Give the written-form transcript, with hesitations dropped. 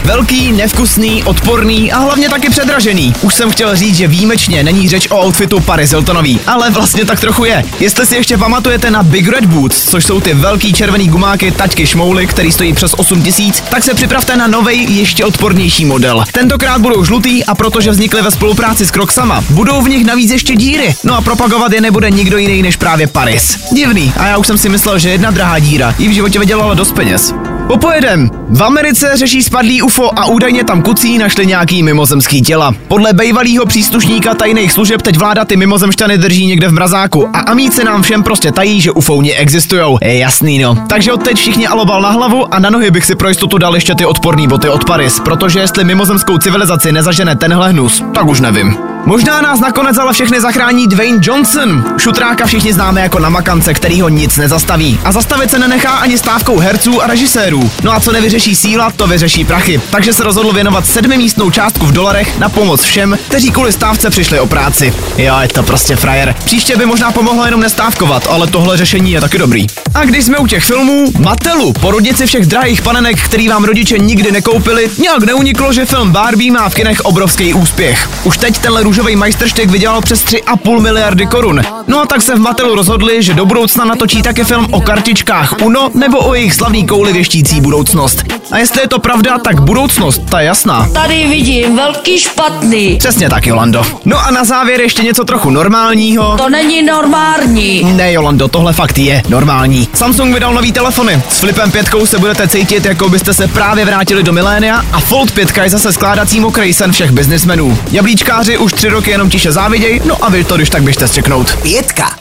Velký, nevkusný, odporný a hlavně taky předražený. Už jsem chtěl říct, že výjimečně není řeč o outfitu Paris Hiltonový, ale vlastně tak trochu je. Jestli si ještě pamatujete na Big Red Boots, což jsou ty velký červený gumáky taťky šmouly, který stojí přes 8 000, tak se připravte na novej, ještě odpornější model. Tentokrát budou žlutý a protože vznikly ve spolupráci s Crocsama, budou v nich navíc ještě díry. No a propagovat je nebude nikdo jiný než právě Paris. Divný, a já už jsem si myslel, že jedna drahá díra jí v životě vydělala dost peněz. Popojedem. V Americe řeší spadlý UFO a údajně tam kucí našli nějaký mimozemský těla. Podle bývalýho příslušníka tajných služeb teď vláda ty mimozemšťany drží někde v mrazáku a amíci nám všem prostě tají, že ufouni existujou. Je jasný, no. Takže odteď všichni alobal na hlavu a na nohy bych si pro jistotu dal ještě ty odporný boty od Paris, protože jestli mimozemskou civilizaci nezažene tenhle hnus, tak už nevím. Možná nás nakonec ale všechny zachrání Dwayne Johnson. Šutráka všichni známe jako namakance, který ho nic nezastaví. A zastavit se nenechá ani stávkou herců a režisérů. No a co nevyřeší síla, to vyřeší prachy. Takže se rozhodl věnovat 7místnou částku v dolarech na pomoc všem, kteří kvůli stávce přišli o práci. Jo, je to prostě frajer. Příště by možná pomohlo jenom nestávkovat, ale tohle řešení je taky dobrý. A když jsme u těch filmů, Mattelu, porodnici všech drahých panenek, který vám rodiče nikdy nekoupili, nějak neuniklo, že film Barbie má v kinech obrovský úspěch. Už teď tenhle růžový majstrštyk vydělal přes 3,5 miliardy korun. No a tak se v Mattelu rozhodli, že do budoucna natočí taky film o kartičkách Uno nebo o jejich slavný kouli věštící budoucnost. A jestli je to pravda, tak budoucnost, ta je jasná. Tady vidím velký špatný. Přesně tak, Jolando. No a na závěr ještě něco trochu normálního. To není normální. Ne, Jolando, tohle fakt je normální. Samsung vydal nový telefony. S Flipem 5 se budete cítit, jako byste se právě vrátili do milénia a Fold 5 je zase skládací mokrý sen všech biznismenů. Jablíčkáři už 3 roky jenom tiše záviděj, no a vy to když tak běžte zčeknout. 5.